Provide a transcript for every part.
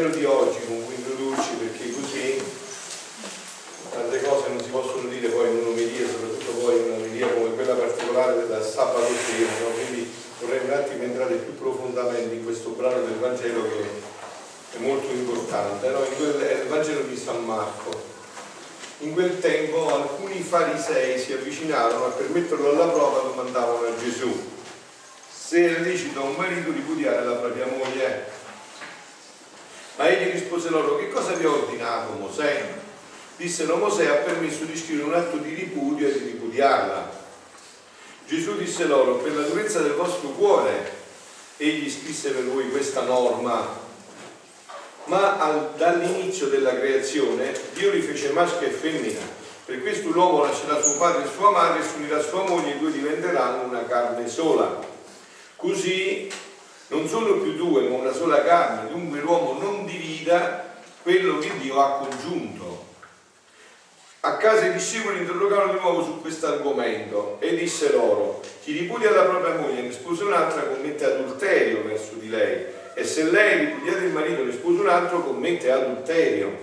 Vangelo di oggi con cui introdurci, perché così tante cose non si possono dire poi in un'omelia, soprattutto poi in un'omelia come quella particolare del sabato sera, no? Quindi vorrei un attimo entrare più profondamente in questo brano del Vangelo che è molto importante, no? È il Vangelo di San Marco. In quel tempo alcuni farisei si avvicinarono e per metterlo alla prova domandavano a Gesù se è lecito a un marito ripudiare la propria moglie. Ma egli rispose loro: che cosa vi ha ordinato Mosè? Dissero: Mosè ha permesso di scrivere un atto di ripudio e di ripudiarla. Gesù disse loro: per la durezza del vostro cuore egli scrisse per voi questa norma, ma dall'inizio della creazione Dio li fece maschio e femmina. Per questo l'uomo lascerà suo padre e sua madre e si unirà a sua moglie e i due diventeranno una carne sola. Così non sono più due ma una sola carne, dunque l'uomo non divida quello che Dio ha congiunto. A casa i discepoli interrogarono di nuovo su questo argomento e disse loro: chi ripudia la propria moglie e ne sposa un'altra commette adulterio verso di lei, e se lei ripudiate il marito e ne sposa un altro commette adulterio.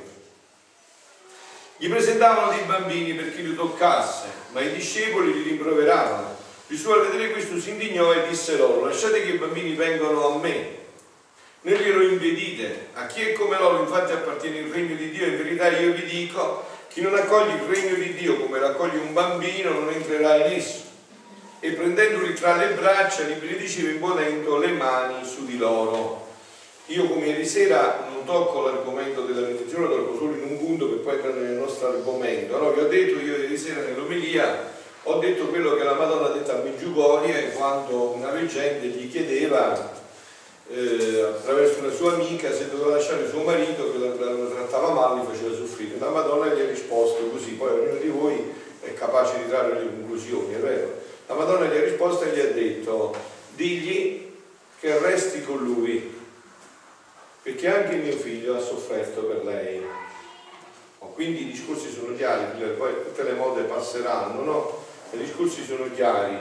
Gli presentavano dei bambini perché li toccasse, ma i discepoli li rimproveravano. Gesù al vedere questo si indignò e disse loro: lasciate che i bambini vengano a me, non glielo impedite. A chi è come loro infatti appartiene il regno di Dio. In verità io vi dico: chi non accoglie il regno di Dio come raccoglie un bambino non entrerà in esso. E prendendoli tra le braccia li benediceva imponendo le mani su di loro. Io come ieri sera non tocco l'argomento della benedizione, lo tocco solo in un punto per poi entrare nel nostro argomento. No, vi ho detto io ieri sera nell'omelia, ho detto quello che la Madonna ha detto a Meggiugorie quando una veggente gli chiedeva attraverso una sua amica se doveva lasciare suo marito che lo trattava male, li faceva soffrire. La Madonna gli ha risposto così, poi ognuno di voi è capace di trarre le conclusioni, è vero? La Madonna gli ha risposto e gli ha detto: digli che resti con lui, perché anche mio figlio ha sofferto per lei. Quindi i discorsi sono chiari, poi tutte le mode passeranno, no? I discorsi sono chiari.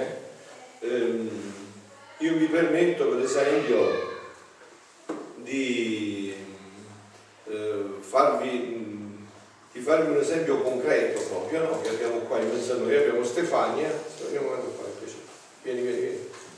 Io mi permetto per esempio di farvi un esempio concreto proprio, no? Che abbiamo qua in mezzo a noi. Abbiamo Stefania, vieni.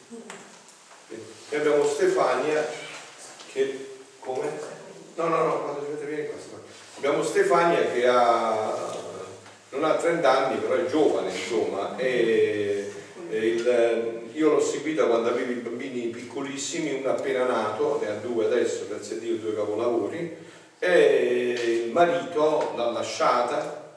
E abbiamo Stefania che come? No, vieni qua. Abbiamo Stefania che non ha 30 anni, però è giovane, insomma, e io l'ho seguita quando avevo i bambini piccolissimi, uno appena nato, ne ha 2 adesso, grazie a Dio, 2 capolavori, e il marito l'ha lasciata,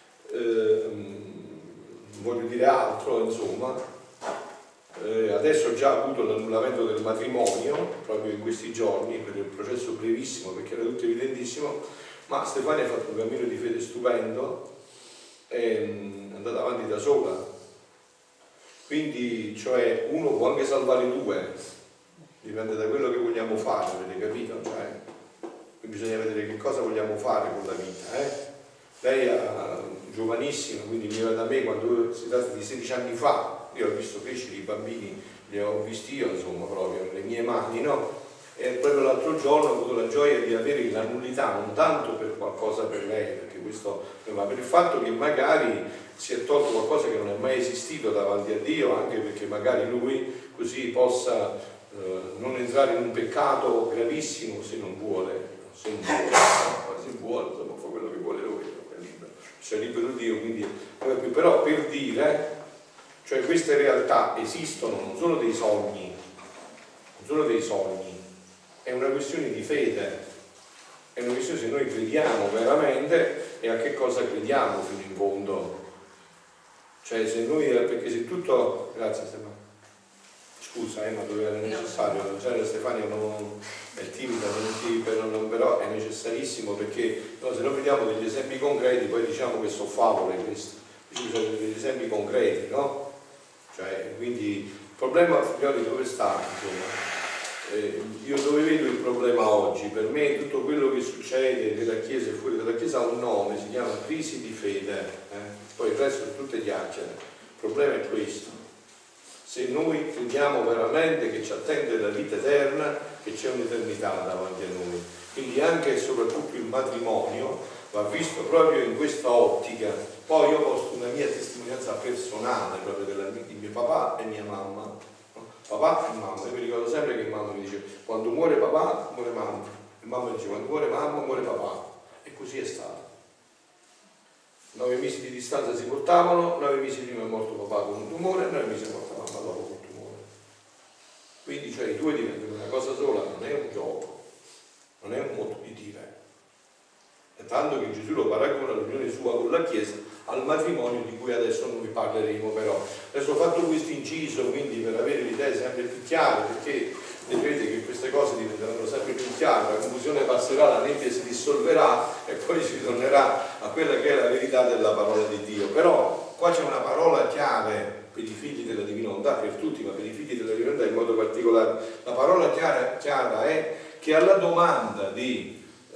voglio dire altro, insomma, adesso ho già avuto l'annullamento del matrimonio, proprio in questi giorni, per il processo brevissimo, perché era tutto evidentissimo, ma Stefania ha fatto un cammino di fede stupendo, è andata avanti da sola. Quindi, cioè, uno può anche salvare 2, dipende da quello che vogliamo fare, avete capito? Cioè, bisogna vedere che cosa vogliamo fare con la vita. Lei è giovanissima, quindi viene da me quando si tratta di 16 anni fa, io ho visto crescere i bambini, li ho visti io, insomma, proprio le mie mani, no? E proprio l'altro giorno ho avuto la gioia di avere la nullità, non tanto per qualcosa per lei, perché questo, ma per il fatto che magari si è tolto qualcosa che non è mai esistito davanti a Dio, anche perché magari lui così possa non entrare in un peccato gravissimo se non vuole, se vuole, insomma, fa quello che vuole lui, è libero, c'è libero Dio, quindi però per dire, cioè queste realtà esistono, non sono dei sogni, è una questione di fede, è una questione se noi crediamo veramente e a che cosa crediamo fino in fondo. Cioè se noi, perché se tutto, grazie Stefano, scusa ma doveva essere necessario, già Stefania non è timida, però è necessarissimo, perché no, se noi vediamo degli esempi concreti poi diciamo che sono favole queste, bisogna degli esempi concreti, no? Cioè, quindi il problema, figlioli, dove sta? Insomma? Io dove vedo il problema oggi? Per me tutto quello che succede nella Chiesa e fuori dalla Chiesa ha un nome, si chiama crisi di fede, poi il resto è tutte chiacchiere. Il problema è questo: se noi crediamo veramente che ci attende la vita eterna, che c'è un'eternità davanti a noi, Quindi anche e soprattutto il matrimonio va visto proprio in questa ottica. Poi io posto una mia testimonianza personale proprio di mio papà e mia mamma. Papà e mamma, io mi ricordo sempre che mamma mi diceva quando muore papà muore mamma, e mamma diceva quando muore mamma muore papà, e così è stato. 9 mesi di distanza si portavano, 9 mesi prima è morto papà con un tumore, 9 mesi è morta mamma dopo con un tumore. Quindi cioè i due diventano una cosa sola, non è un gioco, non è un modo di dire. È tanto che Gesù lo paragona l'unione sua con la Chiesa al matrimonio di cui adesso non vi parleremo, però. Adesso ho fatto questo inciso quindi per avere le idee sempre più chiare, perché vedrete che queste cose diventeranno sempre più chiare, la confusione passerà, la nebbia si dissolverà e poi si tornerà a quella che è la verità della parola di Dio. Però qua c'è una parola chiave per i figli della divina volontà, per tutti, ma per i figli della divina volontà in modo particolare. La parola chiara è che alla domanda dei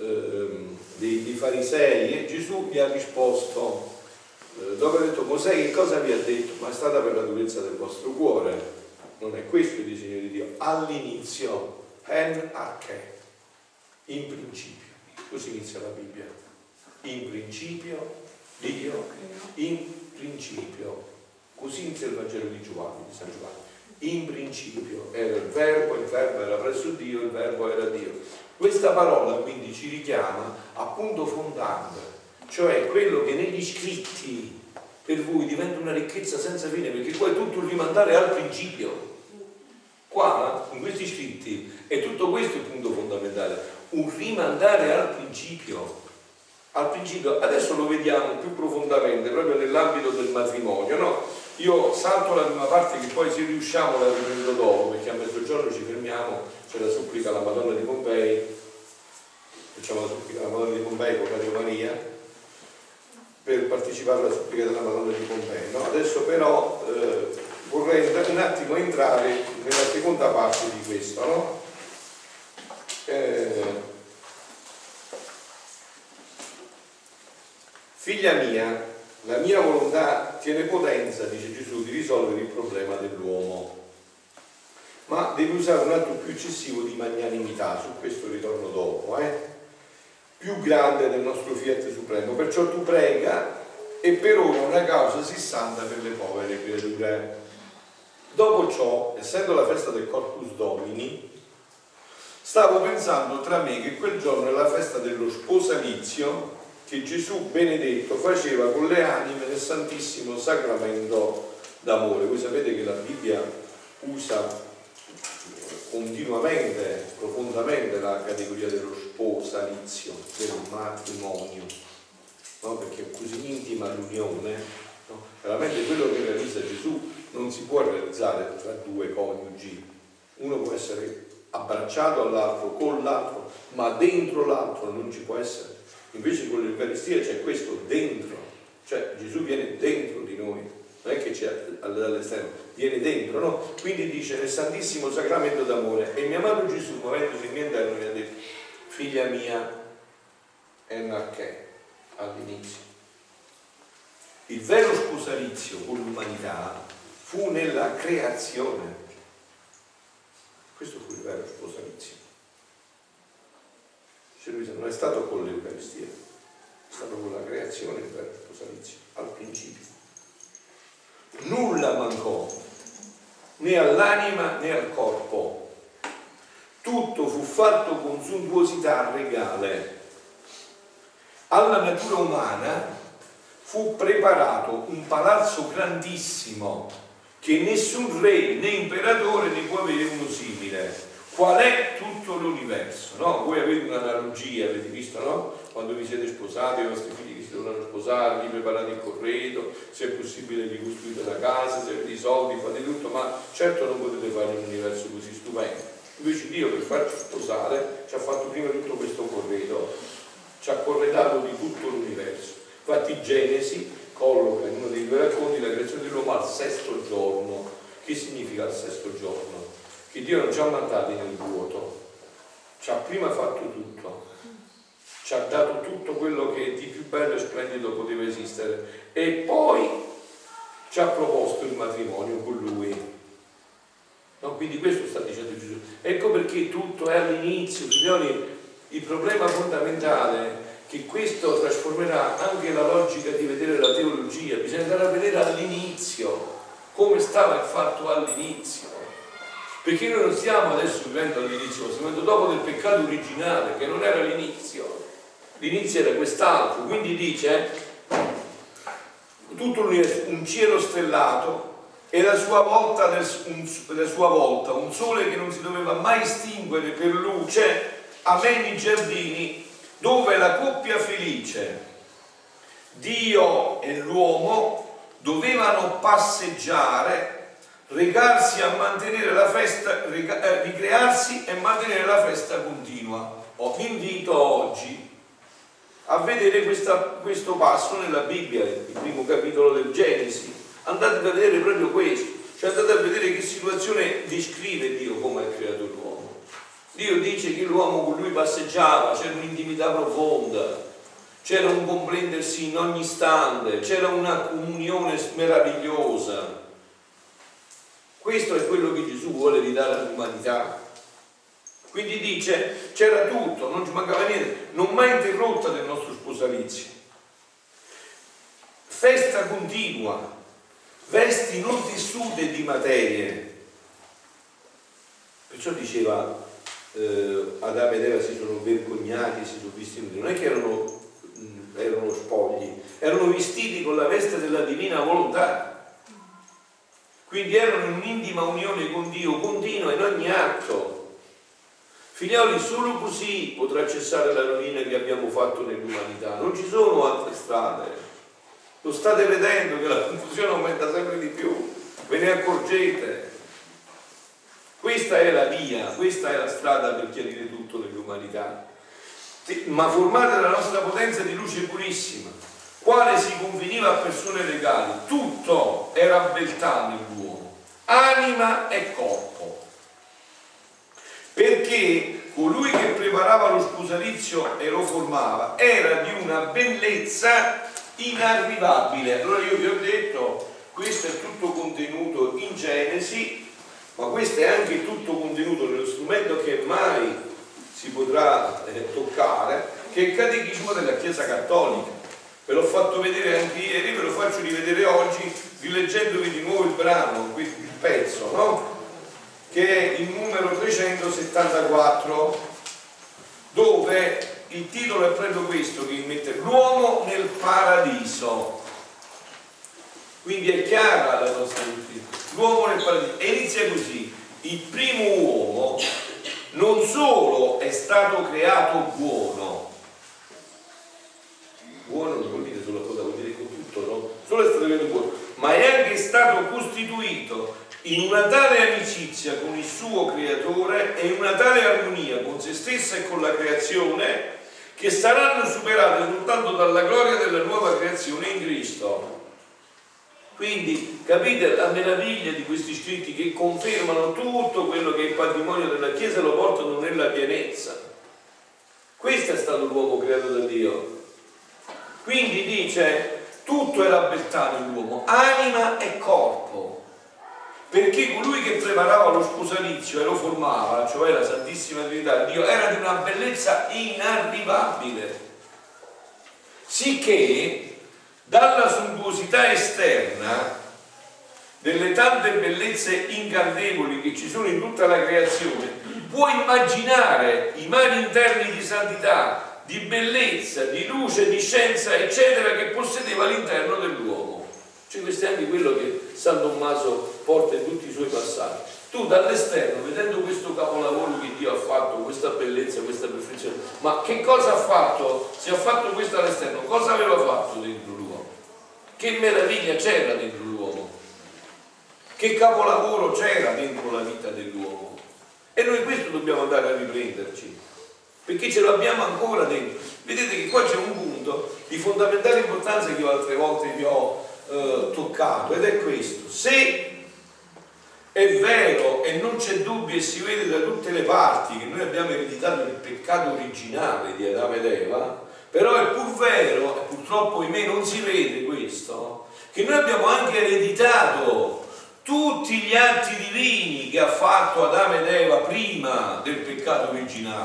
farisei Gesù gli ha risposto, dopo ha detto Mosè che cosa vi ha detto? Ma è stata per la durezza del vostro cuore. Non è questo il disegno di Dio. All'inizio, en arche, in principio. Così inizia la Bibbia. In principio, Dio, in principio. Così inizia il Vangelo di Giovanni, di San Giovanni. In principio era il verbo era presso Dio, il verbo era Dio. Questa parola quindi ci richiama a punto fondante, cioè quello che negli scritti per voi diventa una ricchezza senza fine, perché qua è tutto un rimandare al principio. Qua, in questi scritti, è tutto questo il punto fondamentale, un rimandare al principio. Al principio, adesso lo vediamo più profondamente, proprio nell'ambito del matrimonio, no? Io salto la prima parte che poi se riusciamo la riprendo dopo, perché a mezzogiorno ci fermiamo, c'è la supplica alla Madonna di Pompei, facciamo la supplica alla Madonna di Pompei con Radio Maria, per partecipare alla supplica della Madonna di Pompei, no? Adesso però vorrei un attimo entrare nella seconda parte di questo, no? Figlia mia, la mia volontà tiene potenza, dice Gesù, di risolvere il problema dell'uomo, ma devi usare un atto più eccessivo di magnanimità, su questo ritorno dopo, più grande del nostro Fiat Supremo, perciò tu prega e per ora una causa sissanta per le povere creature. Dopo ciò, essendo la festa del Corpus Domini, stavo pensando tra me che quel giorno è la festa dello sposalizio che Gesù benedetto faceva con le anime nel Santissimo Sacramento d'amore. Voi sapete che la Bibbia usa continuamente, profondamente la categoria dello sposalizio, del matrimonio, no? Perché è così intima l'unione, no? Veramente quello che realizza Gesù non si può realizzare tra due coniugi. Uno può essere abbracciato all'altro, con l'altro, ma dentro l'altro non ci può essere. Invece con l'Eucaristia c'è questo dentro, cioè Gesù viene dentro di noi, non è che c'è dall'esterno, viene dentro, no? Quindi dice nel Santissimo Sacramento d'amore, e mio amato Gesù, muovendosi in mio interno, mi ha detto, figlia mia, enarché, all'inizio. Il vero sposalizio con l'umanità fu nella creazione. Questo fu il vero sposalizio. Cioè Luisa, non è stato con l'Eucaristia, è stato con la creazione il vero sposalizio, al principio. Nulla mancò, né all'anima né al corpo. Tutto fu fatto con sontuosità regale. Alla natura umana fu preparato un palazzo grandissimo che nessun re né imperatore ne può avere uno simile. Qual è tutto l'universo? No? Voi avete un'analogia, avete visto, no? Quando vi siete sposati, i vostri figli che si dovranno sposare, vi preparate il corredo, se è possibile vi costruite la casa, se avete i soldi, fate tutto, ma certo non potete fare un universo così stupendo. Invece Dio per farci sposare ci ha fatto prima tutto questo corredo, ci ha corredato di tutto l'universo. Infatti Genesi colloca in uno dei due racconti la creazione dell'uomo al sesto giorno. Che significa il sesto giorno? Che Dio non ci ha mandati nel vuoto, ci ha prima fatto tutto, ci ha dato tutto quello che di più bello e splendido poteva esistere e poi ci ha proposto il matrimonio con Lui. No, quindi questo sta dicendo Gesù. Ecco perché tutto è all'inizio, signori. il problema fondamentale è che questo trasformerà anche la logica di vedere la teologia. Bisogna andare a vedere all'inizio come stava il fatto all'inizio, perché noi non stiamo adesso vivendo all'inizio, stiamo vivendo dopo del peccato originale, che non era l'inizio. L'inizio era quest'altro. Quindi dice tutto l'universo, un cielo stellato e la sua volta un sole che non si doveva mai estinguere per luce, ameni giardini dove la coppia felice, Dio e l'uomo, dovevano passeggiare, recarsi a mantenere la festa, ricrearsi e mantenere la festa continua. Vi invito oggi a vedere questo passo nella Bibbia, il primo capitolo del Genesi. Andate a vedere proprio questo, cioè andate a vedere che situazione descrive Dio come ha creato l'uomo. Dio dice che l'uomo con lui passeggiava, c'era un'intimità profonda, c'era un comprendersi in ogni istante, c'era una comunione meravigliosa. Questo è quello che Gesù vuole ridare all'umanità. Quindi dice, c'era tutto, non ci mancava niente, non mai interrotta del nostro sposalizio. Festa continua, vesti non tessute di materie. Perciò diceva Adamo ed Eva si sono vergognati, si sono visti nudi. Non è che erano spogli, erano vestiti con la veste della divina volontà. Quindi erano in un'intima unione con Dio continua in ogni atto. Figlioli, solo così potrà cessare la rovina che abbiamo fatto nell'umanità. Non ci sono altre strade. Lo state vedendo che la confusione aumenta sempre di più. Ve ne accorgete. Questa è la via, questa è la strada per chiarire tutto nell'umanità. Ma formata dalla nostra potenza di luce purissima, quale si conveniva a persone legali. Tutto era beltà nell'uomo, anima e corpo. Perché colui che preparava lo sposalizio e lo formava era di una bellezza inarrivabile. Allora io vi ho detto, questo è tutto contenuto in Genesi, ma questo è anche tutto contenuto nello strumento che mai si potrà toccare, che è il Catechismo della Chiesa Cattolica. Ve l'ho fatto vedere anche ieri, ve lo faccio rivedere oggi, rileggendovi di nuovo il brano, il pezzo, no? Che è il numero 374, dove il titolo è proprio questo, che mette l'uomo nel paradiso. Quindi è chiara la nostra dottrina, l'uomo nel paradiso, e inizia così: il primo uomo non solo è stato creato buono non vuol dire solo cosa, vuol dire con tutto, no? Solo è stato creato buono, ma è anche stato costituito in una tale amicizia con il suo creatore e in una tale armonia con se stessa e con la creazione, che saranno superate soltanto dalla gloria della nuova creazione in Cristo. Quindi capite la meraviglia di questi scritti che confermano tutto quello che è il patrimonio della Chiesa e lo portano nella pienezza. Questo è stato l'uomo creato da Dio. Quindi dice, tutto era beltà nell'uomo, anima e corpo, perché colui che preparava lo sposalizio e lo formava, cioè la Santissima Trinità, Dio, era di una bellezza inarrivabile, sicché dalla sontuosità esterna delle tante bellezze incantevoli che ci sono in tutta la creazione, puoi immaginare i mari interni di santità, di bellezza, di luce, di scienza, eccetera, che possedeva all'interno dell'uomo. Cioè questo è anche quello che San Tommaso porta in tutti i suoi passaggi. Tu dall'esterno, vedendo questo capolavoro che Dio ha fatto, questa bellezza, questa perfezione, ma che cosa ha fatto? Se ha fatto questo all'esterno, cosa aveva fatto dentro l'uomo? Che meraviglia c'era dentro l'uomo? Che capolavoro c'era dentro la vita dell'uomo? E noi questo dobbiamo andare a riprenderci, perché ce l'abbiamo ancora dentro. Vedete che qua c'è un punto di fondamentale importanza che io altre volte vi ho toccato, ed è questo: se è vero e non c'è dubbio e si vede da tutte le parti che noi abbiamo ereditato il peccato originale di Adamo ed Eva, però è pur vero, e purtroppo ahimè non si vede questo, che noi abbiamo anche ereditato tutti gli atti divini che ha fatto Adamo ed Eva prima del peccato originale.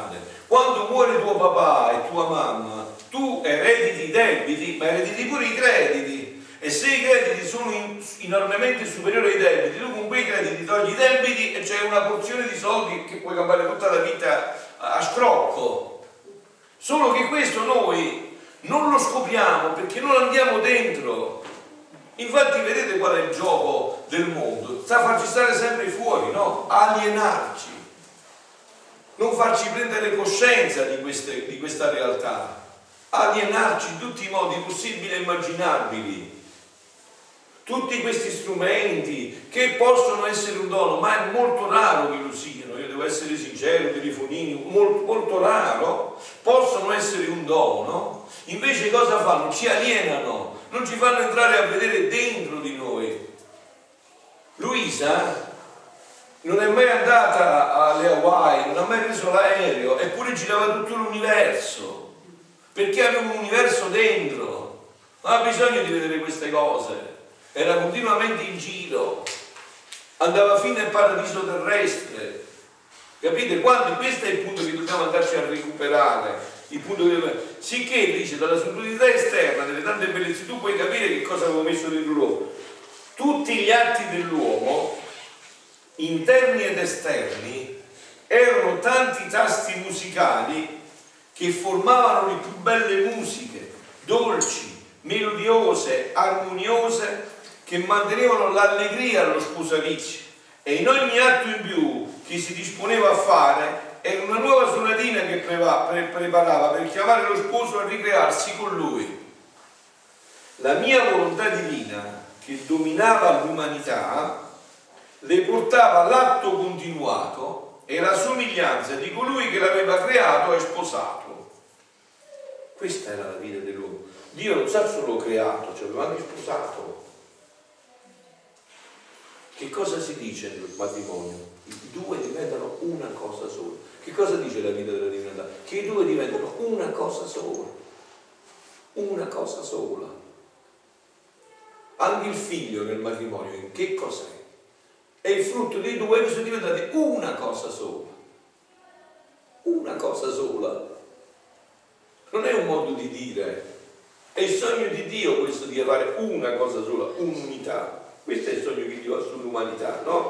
Quando muore tuo papà e tua mamma, tu erediti i debiti, ma erediti pure i crediti. E se i crediti sono enormemente superiori ai debiti, tu con quei crediti togli i debiti e c'è una porzione di soldi che puoi cambiare tutta la vita a scrocco. Solo che questo noi non lo scopriamo perché non andiamo dentro. Infatti vedete qual è il gioco del mondo? Sta a farci stare sempre fuori, no? Alienarci, non farci prendere coscienza di questa realtà, alienarci in tutti i modi possibili e immaginabili. Tutti questi strumenti che possono essere un dono, ma è molto raro che lo siano, io devo essere sincero, telefonini, molto, molto raro, possono essere un dono, invece cosa fanno? Ci alienano, non ci fanno entrare a vedere dentro di noi. Luisa non è mai andata alle Hawaii, non ha mai preso l'aereo, eppure girava tutto l'universo, perché aveva un universo dentro, non ha bisogno di vedere queste cose. Era continuamente in giro, andava fino al paradiso terrestre, capite? Questo è il punto che dobbiamo andarci a recuperare, il punto sicché dice dalla superiorità esterna delle tante bellezze tu puoi capire che cosa avevo messo dentro l'uomo. Tutti gli atti dell'uomo, interni ed esterni, erano tanti tasti musicali che formavano le più belle musiche, dolci, melodiose, armoniose, che mantenevano l'allegria allo sposalizio, e in ogni atto in più che si disponeva a fare era una nuova sonatina che preparava per chiamare lo sposo a ricrearsi con lui. La mia volontà divina, che dominava l'umanità, le portava all'atto continuato e la somiglianza di colui che l'aveva creato e sposato. Questa era la vita dell'uomo. Dio non sa solo creato, ci aveva anche sposato. Che cosa si dice nel matrimonio? I due diventano una cosa sola. Che cosa dice la vita della divinità? Che i due diventano una cosa sola. Una cosa sola. Anche il figlio nel matrimonio, che cos'è? È il frutto dei due che sono diventati una cosa sola. Una cosa sola. Non è un modo di dire, è il sogno di Dio questo di fare una cosa sola, un'unità. Questo è il sogno che Dio ha sull'umanità, no?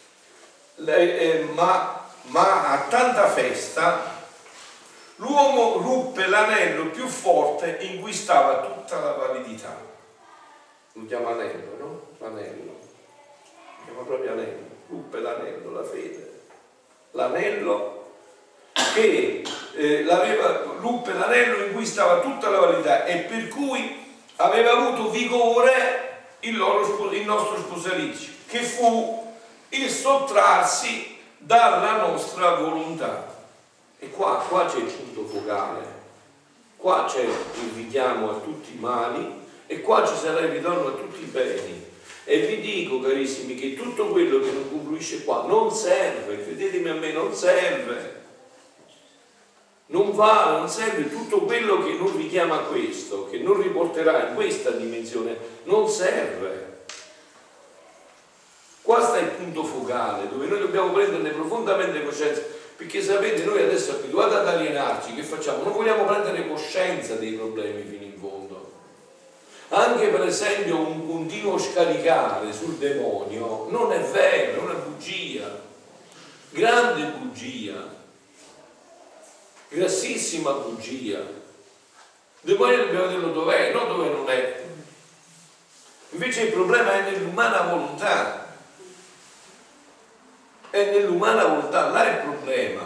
Ma a tanta festa l'uomo ruppe l'anello più forte in cui stava tutta la validità. Lo chiama anello, no? L'anello. Lo chiama proprio anello. Ruppe l'anello, la fede. L'anello che ruppe l'anello in cui stava tutta la validità e per cui aveva avuto vigore il nostro sposalizio, che fu il sottrarsi dalla nostra volontà. E qua c'è il punto focale, qua c'è il richiamo a tutti i mali e qua ci sarà il ritorno a tutti i beni. E vi dico, carissimi, che tutto quello che non confluisce qua non serve, credetemi a me, non serve. Non va, non serve. Tutto quello che non richiama a questo, che non riporterà in questa dimensione, non serve. Qua sta il punto focale, dove noi dobbiamo prenderne profondamente coscienza, perché sapete, noi adesso abituati ad alienarci, che facciamo? Non vogliamo prendere coscienza dei problemi fino in fondo. Anche per esempio un continuo scaricare sul demonio non è vero, è una bugia, grande bugia. Grassissima bugia. Demonio dobbiamo dirlo dov'è, non dove non è. Invece il problema è nell'umana volontà. È nell'umana volontà, là è il problema.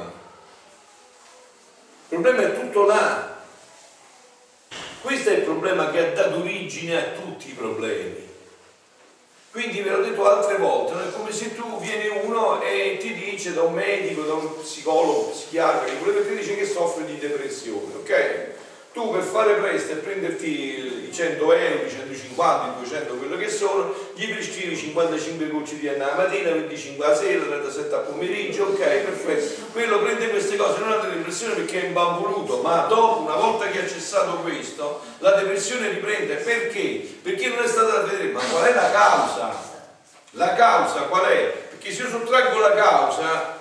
Il problema è tutto là. Questo è il problema che ha dato origine a tutti i problemi. Quindi ve l'ho detto altre volte, non è come se tu vieni uno e ti dice da un medico, da un psicologo, psichiatra, che ti dice che soffre di depressione, ok? Tu per fare presto e prenderti i 100 euro, i 150, i 200, quello che sono, gli prescrivi 55 gocce di la mattina, 25 la sera, 37 al pomeriggio, ok, perfetto. Quello prende queste cose, non ha depressione perché è imbamvoluto, ma dopo, una volta che ha cessato questo, la depressione riprende. Perché? Perché non è stata da vedere. Ma qual è la causa? La causa qual è? Perché se io sottraggo la causa,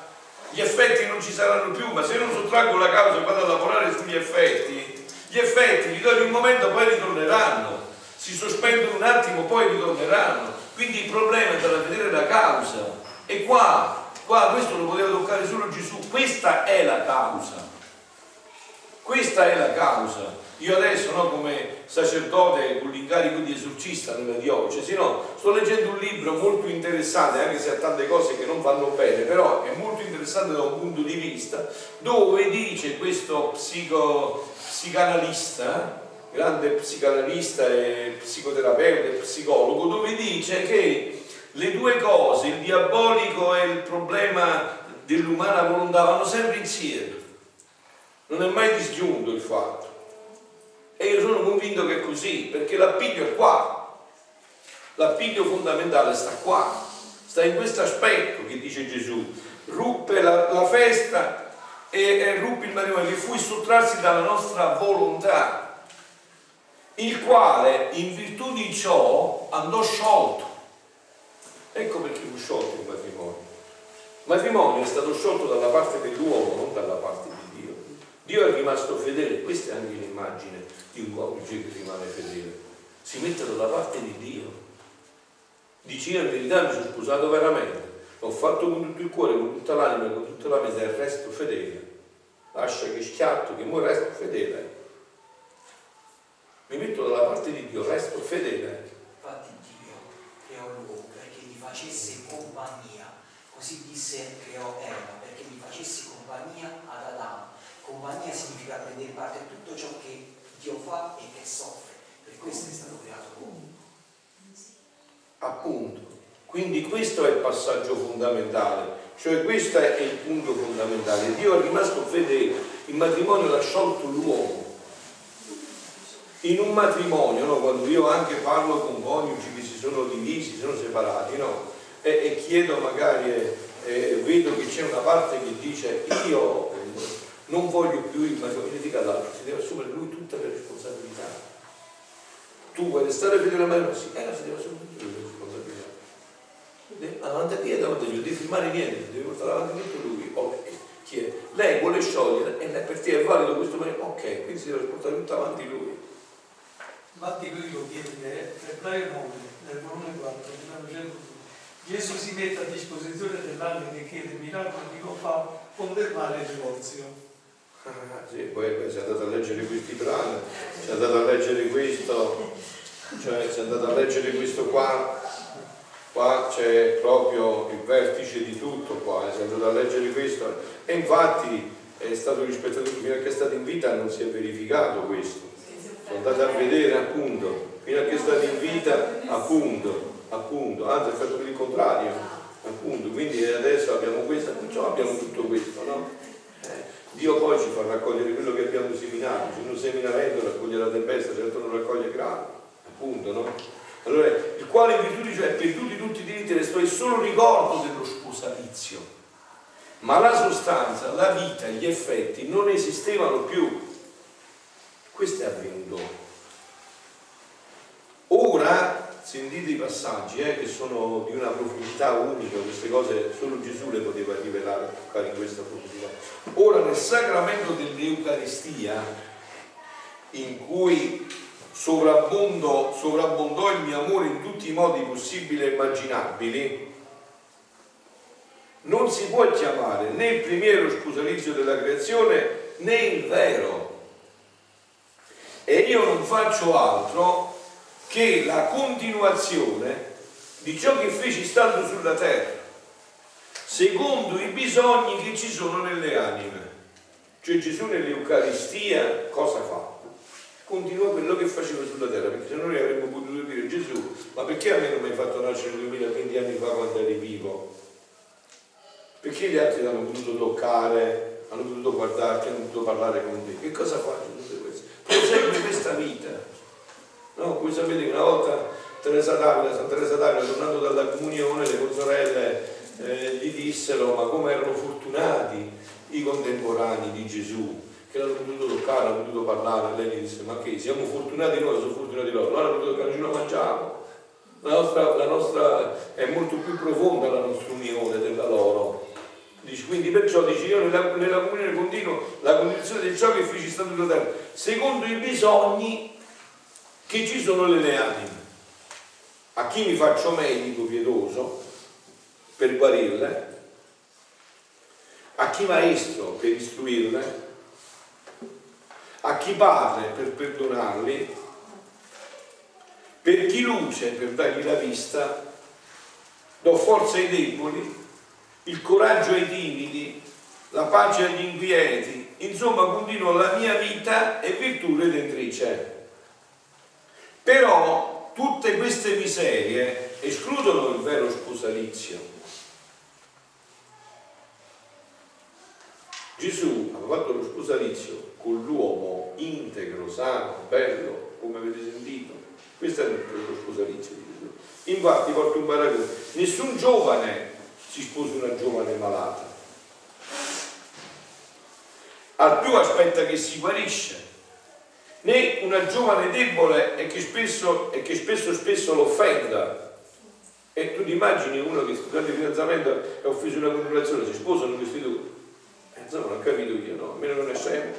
gli effetti non ci saranno più, ma se io non sottraggo la causa e vado a lavorare sugli effetti, gli effetti li do in un momento, poi ritorneranno, si sospendono un attimo, poi ritorneranno. Quindi il problema è da vedere la causa, e qua questo lo poteva toccare solo Gesù. Questa è la causa, questa è la causa. Io adesso, no, come sacerdote con l'incarico di esorcista nella diocesi, no, sto leggendo un libro molto interessante, anche se ha tante cose che non vanno bene, però è molto interessante da un punto di vista, dove dice questo psicanalista, grande psicanalista e psicoterapeuta e psicologo, dove dice che le due cose, il diabolico e il problema dell'umana volontà, vanno sempre insieme, non è mai disgiunto il fatto. E io sono convinto che è così, perché l'appiglio è qua, l'appiglio fondamentale sta qua, sta in questo aspetto che dice Gesù: ruppe la festa e ruppe il matrimonio, che fu il sottrarsi dalla nostra volontà, il quale in virtù di ciò andò sciolto. Ecco perché fu sciolto il matrimonio. Il matrimonio è stato sciolto dalla parte dell'uomo, non dalla parte di Dio. Dio è rimasto fedele. Questa è anche l'immagine di un coniuge che rimane fedele, si mette dalla parte di Dio, dice: io in verità mi sono sposato veramente, l'ho fatto con tutto il cuore, con tutta l'anima, con tutta la mente, e resto fedele. Lascia che schiatto, che muore, resto fedele. Mi metto dalla parte di Dio, resto fedele. Infatti Dio creò l'uomo perché gli facesse compagnia, così disse creò Eva perché gli facesse compagnia ad Adamo. Compagnia significa prendere parte a tutto ciò che Dio fa e che soffre, per questo è stato creato l'uomo. Appunto, quindi questo è il passaggio fondamentale, cioè questo è il punto fondamentale. Dio è rimasto fedele, il matrimonio l'ha sciolto l'uomo. In un matrimonio, no, quando io anche parlo con coniugi che si sono divisi, si sono separati, no, e chiedo magari, vedo che c'è una parte che dice: io non voglio più il matrimonio, dica all'altro, si deve assumere lui tutte le responsabilità. Tu vuoi restare fedele al matrimonio? Sì, si deve assumere tutte le responsabilità. Davanti a Dio, davanti a Dio, devi firmare niente, devi portare avanti tutto lui. Chi è? Lei vuole sciogliere e per te è valido questo matrimonio? Ok, quindi si deve portare tutto avanti lui. Infatti qui lo chiede Febbraio 9, nel volume 4, 1902. Gesù si mette a disposizione dell'anima che chiede miracoli di non fa confermare il divorzio. Sì, poi si è andato a leggere questi brani, si è andato a leggere questo, cioè si è andato a leggere questo qua c'è proprio il vertice di tutto qua, si è andato a leggere questo, e infatti è stato rispettato fino a che è stato in vita, non si è verificato questo. Sono andato a vedere, appunto, fino a che è stato in vita, appunto, anzi è stato per il contrario, appunto, quindi adesso abbiamo questo, perciò abbiamo tutto questo, no? Dio poi ci fa raccogliere quello che abbiamo seminato, se uno semina vento raccoglie la tempesta, certo non raccoglie grano, appunto, no? Allora, il quale in virtù di ciò è perduti tutti i diritti, restò il solo ricordo dello sposalizio, ma la sostanza, la vita, gli effetti non esistevano più. Questo è avvenuto. Ora sentite i passaggi che sono di una profondità unica, queste cose solo Gesù le poteva rivelare, toccare in questa profondità. Ora nel sacramento dell'Eucaristia, in cui sovrabbondò il mio amore in tutti i modi possibili e immaginabili, non si può chiamare né il primiero sposalizio della creazione né il vero. E io non faccio altro che la continuazione di ciò che feci stando sulla terra, secondo i bisogni che ci sono nelle anime. Cioè Gesù nell'Eucaristia cosa fa? Continua quello che faceva sulla terra, perché se no noi avremmo potuto dire: Gesù, ma perché a me non mi hai fatto nascere 2020 anni fa quando eri vivo? Perché gli altri hanno potuto toccare, hanno potuto guardarti, hanno potuto parlare con te? Che cosa fa Gesù? Prosegue questa vita, no? Voi sapete che una volta Santa Teresa d'Avila, tornando dalla comunione, le consorelle gli dissero: ma come erano fortunati i contemporanei di Gesù, che l'hanno potuto toccare, hanno potuto parlare. Lei gli disse: ma che, siamo fortunati noi, sono fortunati loro, loro hanno potuto toccare, noi lo mangiamo. La nostra è molto più profonda, la nostra unione della loro. Dice, quindi perciò dice io nella comunione continuo la condizione di ciò che feci statuto da terra, secondo i bisogni che ci sono nelle anime. A chi mi faccio medico pietoso per guarirle, a chi maestro per istruirle, a chi padre per perdonarli, per chi luce per dargli la vista, do forza ai deboli, il coraggio ai timidi, la pace agli inquieti, insomma continuo la mia vita e virtù redentrice. Però tutte queste miserie escludono il vero sposalizio. Gesù aveva fatto lo sposalizio con l'uomo integro, sano, bello, come avete sentito. Questo è lo sposalizio di Gesù. Infatti porto un paragone: nessun giovane si sposa una giovane malata, al più aspetta che si guarisce, né una giovane debole e che spesso l'offenda. E tu ti immagini uno che durante il fidanzamento è offeso una congratulazione, si sposano questi due? Insomma, non ho capito io, no? Almeno non è scemo.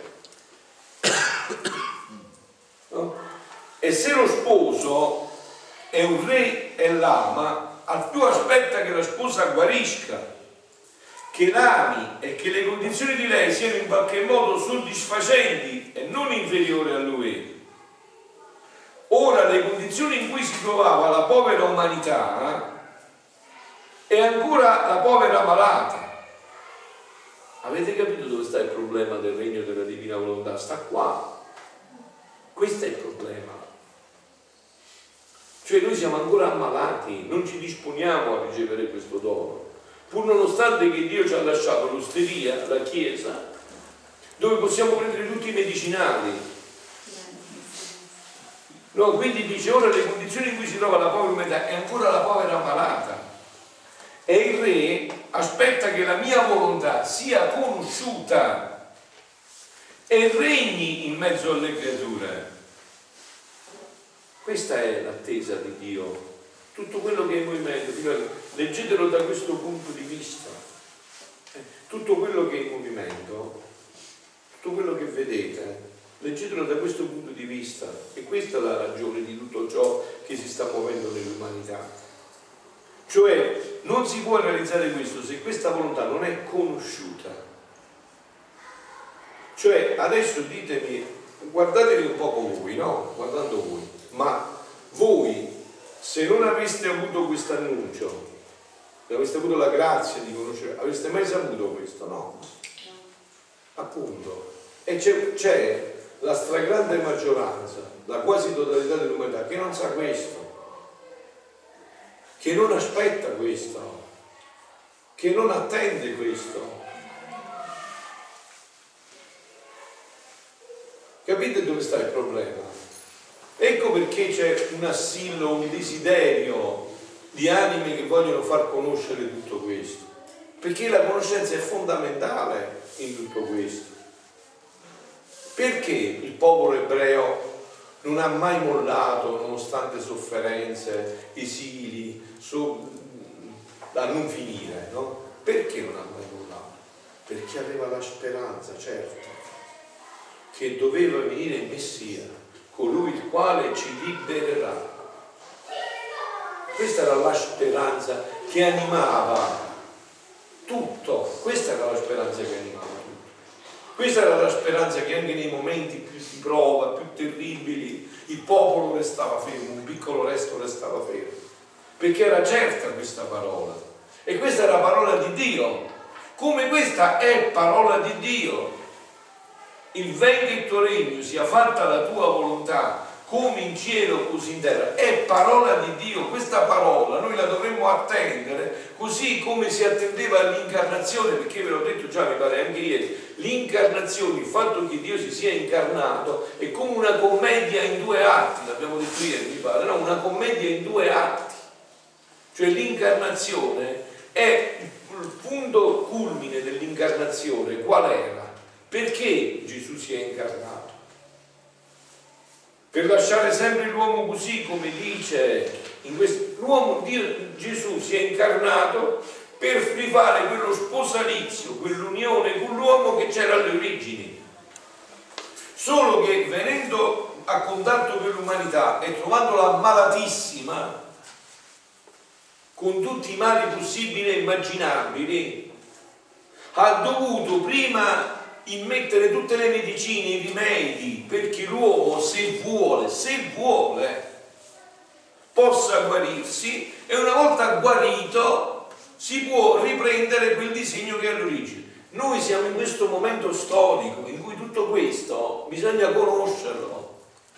No? E se lo sposo è un re e l'ama, al più aspetta che la sposa guarisca, che l'ami e che le condizioni di lei siano in qualche modo soddisfacenti e non inferiori a lui. Ora le condizioni in cui si trovava la povera umanità è ancora la povera malata. Avete capito dove sta il problema del regno della divina volontà? Sta qua. Questo è il problema. Cioè noi siamo ancora ammalati, non ci disponiamo a ricevere questo dono, pur nonostante che Dio ci ha lasciato l'osteria, la chiesa, dove possiamo prendere tutti i medicinali. No, quindi dice ora le condizioni in cui si trova la povera umanità è ancora la povera ammalata. E il re aspetta che la mia volontà sia conosciuta e regni in mezzo alle creature. Questa è l'attesa di Dio. Tutto quello che è in movimento, leggetelo da questo punto di vista. Tutto quello che è in movimento, tutto quello che vedete, leggetelo da questo punto di vista. E questa è la ragione di tutto ciò che si sta muovendo nell'umanità. Cioè, non si può realizzare questo se questa volontà non è conosciuta. Cioè, adesso ditemi, guardatevi un poco voi, no? Guardando voi. Ma voi, se non aveste avuto questo annuncio, se aveste avuto la grazia di conoscere, avreste mai saputo questo? No. Appunto. E c'è la stragrande maggioranza, la quasi totalità dell'umanità, che non sa questo, che non aspetta questo, che non attende questo. Capite dove sta il problema? Ecco perché c'è un assillo, un desiderio di anime che vogliono far conoscere tutto questo, perché la conoscenza è fondamentale in tutto questo. Perché il popolo ebreo non ha mai mollato nonostante sofferenze, esili, da non finire, no? Perché non ha mai mollato? Perché aveva la speranza, certo, che doveva venire il Messia, colui il quale ci libererà. Questa era la speranza che animava tutto, questa era la speranza che animava tutto. Questa era la speranza che anche nei momenti più di prova, più terribili, il popolo restava fermo, un piccolo resto restava fermo, perché era certa questa parola, e questa era parola di Dio, come questa è parola di Dio. Il venga il tuo regno, sia fatta la tua volontà, come in cielo così in terra. È parola di Dio. Questa parola noi la dovremmo attendere così come si attendeva all'incarnazione, perché ve l'ho detto già, mi pare anche ieri, l'incarnazione, il fatto che Dio si sia incarnato è come una commedia in due atti, l'abbiamo detto ieri, mi pare, no? Una commedia in due atti. Cioè l'incarnazione è il punto culmine dell'incarnazione. Qual era? Perché Gesù si è incarnato? Per lasciare sempre l'uomo così come dice in questo, Gesù si è incarnato per rifare quello sposalizio, quell'unione con l'uomo che c'era alle origini. Solo che venendo a contatto con l'umanità e trovandola malatissima, con tutti i mali possibili e immaginabili, ha dovuto prima immettere tutte le medicine, i rimedi, perché l'uomo, se vuole, possa guarirsi, e una volta guarito si può riprendere quel disegno che è all'origine. Noi siamo in questo momento storico in cui tutto questo bisogna conoscerlo.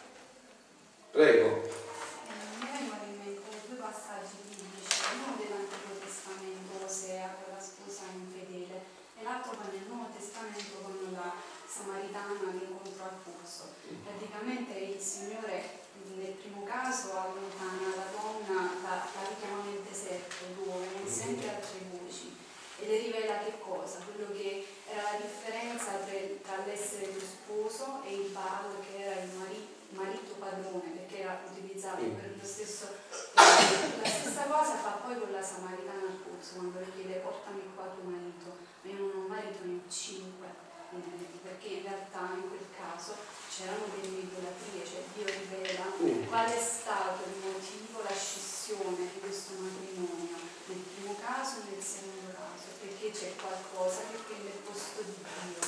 Prego. Mi vengono in mente due passaggi biblici, uno dell'Antico Testamento, Osea con la sposa infedele, e l'altro nel Nuovo Testamento con la Samaritana che incontrò al pozzo. Praticamente il Signore nel primo caso allontana la donna, la richiama nel deserto dove non sente altre voci e le rivela che cosa? Quello che era la differenza tra l'essere lo sposo e il padre, che era il marito padrone, perché era utilizzato per lo stesso. La stessa cosa fa poi con la Samaritana al pozzo, quando le chiede portami qua tuo marito, ma io non ho un marito, ne ho 5, perché in realtà in quel caso c'erano delle idolatrie, cioè Dio rivela qual è stato il motivo, la scissione di questo matrimonio, nel primo caso e nel secondo caso, perché c'è qualcosa che prende il posto di Dio.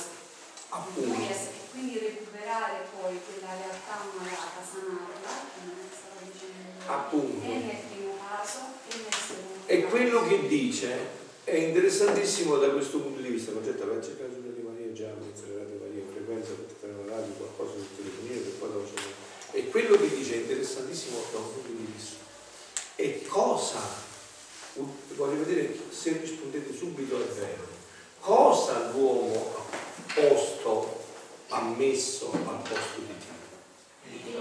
E quindi recuperare poi quella realtà malata, sanarla, come stava dicendo, e nel primo caso e nel secondo caso. E quello che dice è interessantissimo da questo punto di vista. Concetta, vai a cercare sulla di Maria, già menzionerà di Maria in frequenza, potete telefonare qualcosa sul telefonino, per poi lo so. E quello che dice è interessantissimo da un punto di vista. E cosa, voglio vedere se rispondete subito è vero, cosa l'uomo ha posto, ha messo al posto di Dio?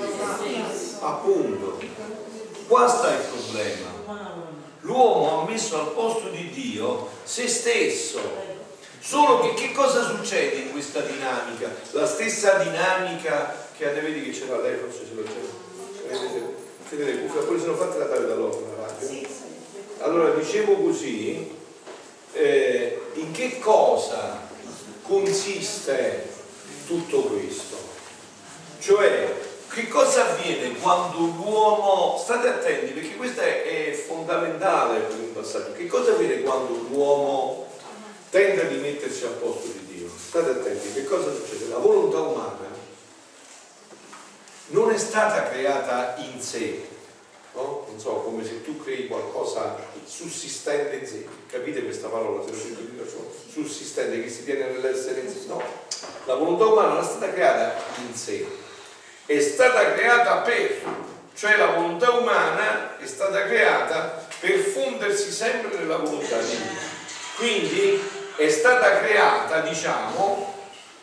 Appunto, qua sta il problema. L'uomo ha messo al posto di Dio se stesso. Solo che cosa succede in questa dinamica? La stessa dinamica che vedi che c'era lei, forse ce l'ho già. Vedete le cuffie, poi sono fatte la tale da loro la radio. Allora dicevo così, in che cosa consiste tutto questo? Cioè, che cosa avviene quando l'uomo, state attenti perché questo è fondamentale per un passaggio, che cosa avviene quando l'uomo tenta di mettersi al posto di Dio? State attenti, che cosa succede? La volontà umana non è stata creata in sé, no? Non so, come se tu crei qualcosa sussistente in sé, capite questa parola? Se lo sento dire, sussistente, che si tiene nell'essere in sé, no? La volontà umana non è stata creata in sé, è stata creata per, cioè la volontà umana è stata creata per fondersi sempre nella volontà di Dio. Quindi è stata creata, diciamo,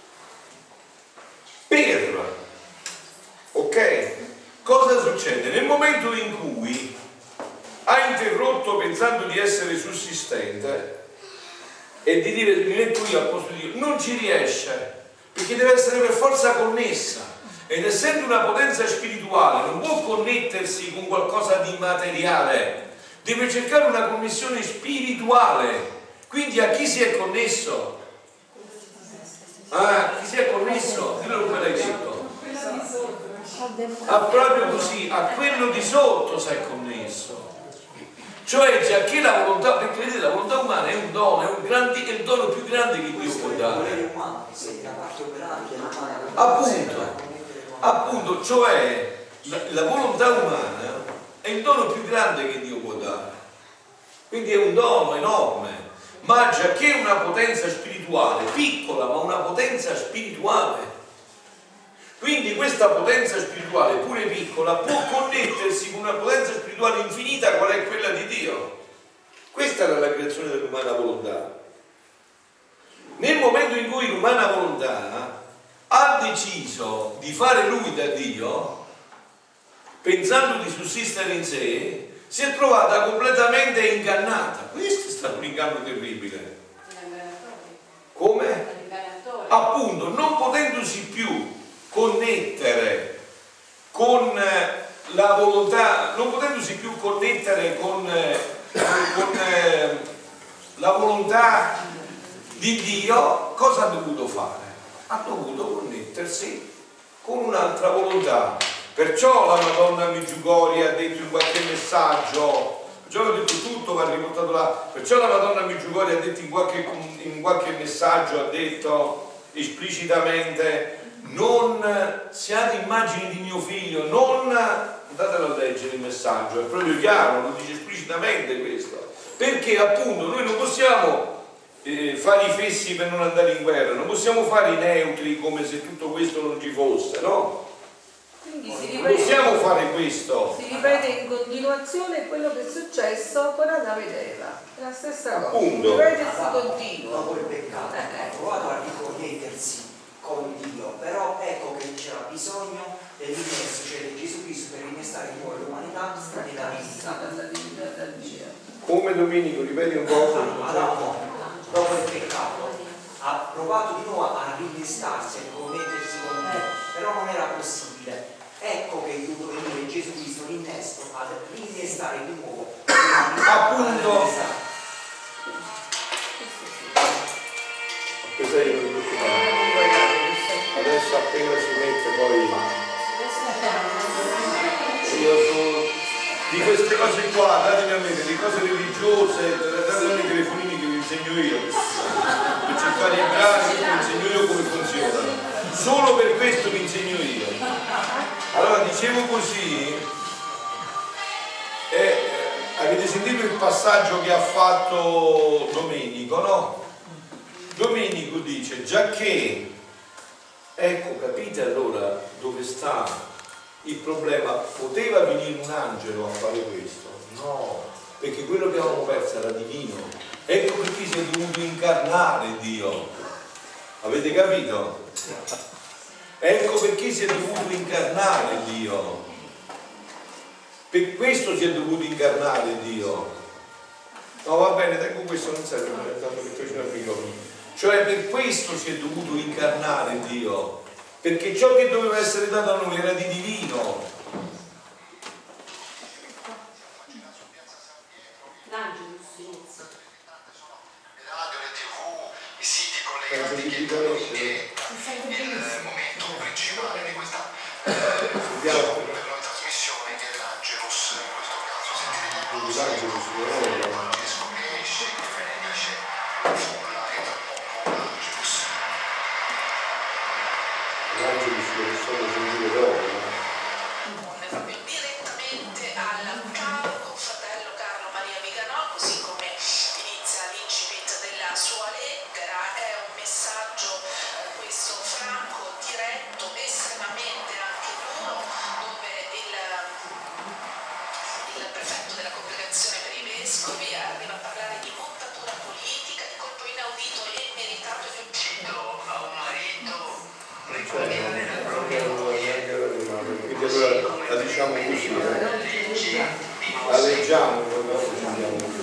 per, ok? Cosa succede? Nel momento in cui ha interrotto pensando di essere sussistente e di dire mi metto io al posto di Dio, non ci riesce, perché deve essere per forza connessa. Ed essendo una potenza spirituale non può connettersi con qualcosa di materiale, deve cercare una connessione spirituale. Quindi a chi si è connesso? Ah, chi si è connesso? Dillo come l'hai detto. Ah, proprio così, a quello di sotto si è connesso. Cioè già che la volontà, perché vedete la volontà umana è un dono, è il dono più grande che Dio può dare. Appunto, cioè la volontà umana è il dono più grande che Dio può dare, quindi è un dono enorme, ma già che una potenza spirituale, piccola ma una potenza spirituale, quindi questa potenza spirituale pure piccola può connettersi con una potenza spirituale infinita qual è quella di Dio. Questa era la creazione dell'umana volontà. Nel momento in cui l'umana volontà ha deciso di fare lui da Dio, pensando di sussistere in sé, si è trovata completamente ingannata. Questo è stato un inganno terribile. Come? Appunto, non potendosi più connettere con la volontà, non potendosi più connettere con la volontà di Dio, cosa ha dovuto fare? Ha dovuto connettersi con un'altra volontà. Perciò la Madonna Medjugorje ha detto in qualche messaggio, perciò ho detto tutto, va riportato là, perciò la Madonna Medjugorje ha detto in qualche messaggio, ha detto esplicitamente: non siate immagini di mio figlio, non andatelo a leggere il messaggio, è proprio chiaro, lo dice esplicitamente questo, perché appunto noi non possiamo fare i fessi per non andare in guerra, non possiamo fare i neutri come se tutto questo non ci fosse, no? Quindi Non possiamo fare questo. Si ripete in continuazione quello che è successo con Adamo ed Eva, è la stessa cosa, Appunto. si ripete e si continua. Dopo il peccato ha provato a riconnettersi con Dio, però ecco che c'era bisogno dell'innesto, cioè di Gesù Cristo, per innestare di nuovo l'umanità nella vita. Come Domenico, ripeti un po'. Adamo, dopo il peccato, ha provato di nuovo a rinnestarsi, a connettersi con Dio, però non era possibile. Ecco che è dovuto venire Gesù Cristo, l'innesto, ad rinnestare di nuovo l'umanità. Appunto. Questo io non dico più. Adesso appena si mette poi di queste cose qua, datemi a me delle cose religiose, datemi a me i telefonini che vi insegno io, per cercare i brani vi insegno io come funzionano, solo per questo vi insegno io. Allora dicevo così, avete sentito il passaggio che ha fatto Domenico, no? Domenico dice: giacché, ecco, capite allora dove sta il problema? Poteva venire un angelo a fare questo? No, perché quello che avevamo perso era divino. Ecco perché si è dovuto incarnare Dio. Avete capito? Ecco perché si è dovuto incarnare Dio. Per questo si è dovuto incarnare Dio. No, va bene, tengo questo, non serve, tanto che vicino al microfono. Cioè per questo si è dovuto incarnare Dio, perché ciò che doveva essere dato a noi era di divino. L'Angelus inizia. Le radio, le tv, i siti collegati che il momento principale di questa trasmissione che è l'Angelus, in questo caso sentite Gesù che esce, che benedice folla e tra poco l'Angelus. L'Angelus che sono sentire dopo. Direttamente al caro confratello Carlo Maria Viganò, così come inizia l'incipit della sua lettera. È un messaggio questo franco, diretto, estremamente anche duro, dove il prefetto della congregazione per i vescovi arriva a parlare di montatura politica, di colpo inaudito e meritato di un Cito a un marito Quindi allora la diciamo così, la leggiamo,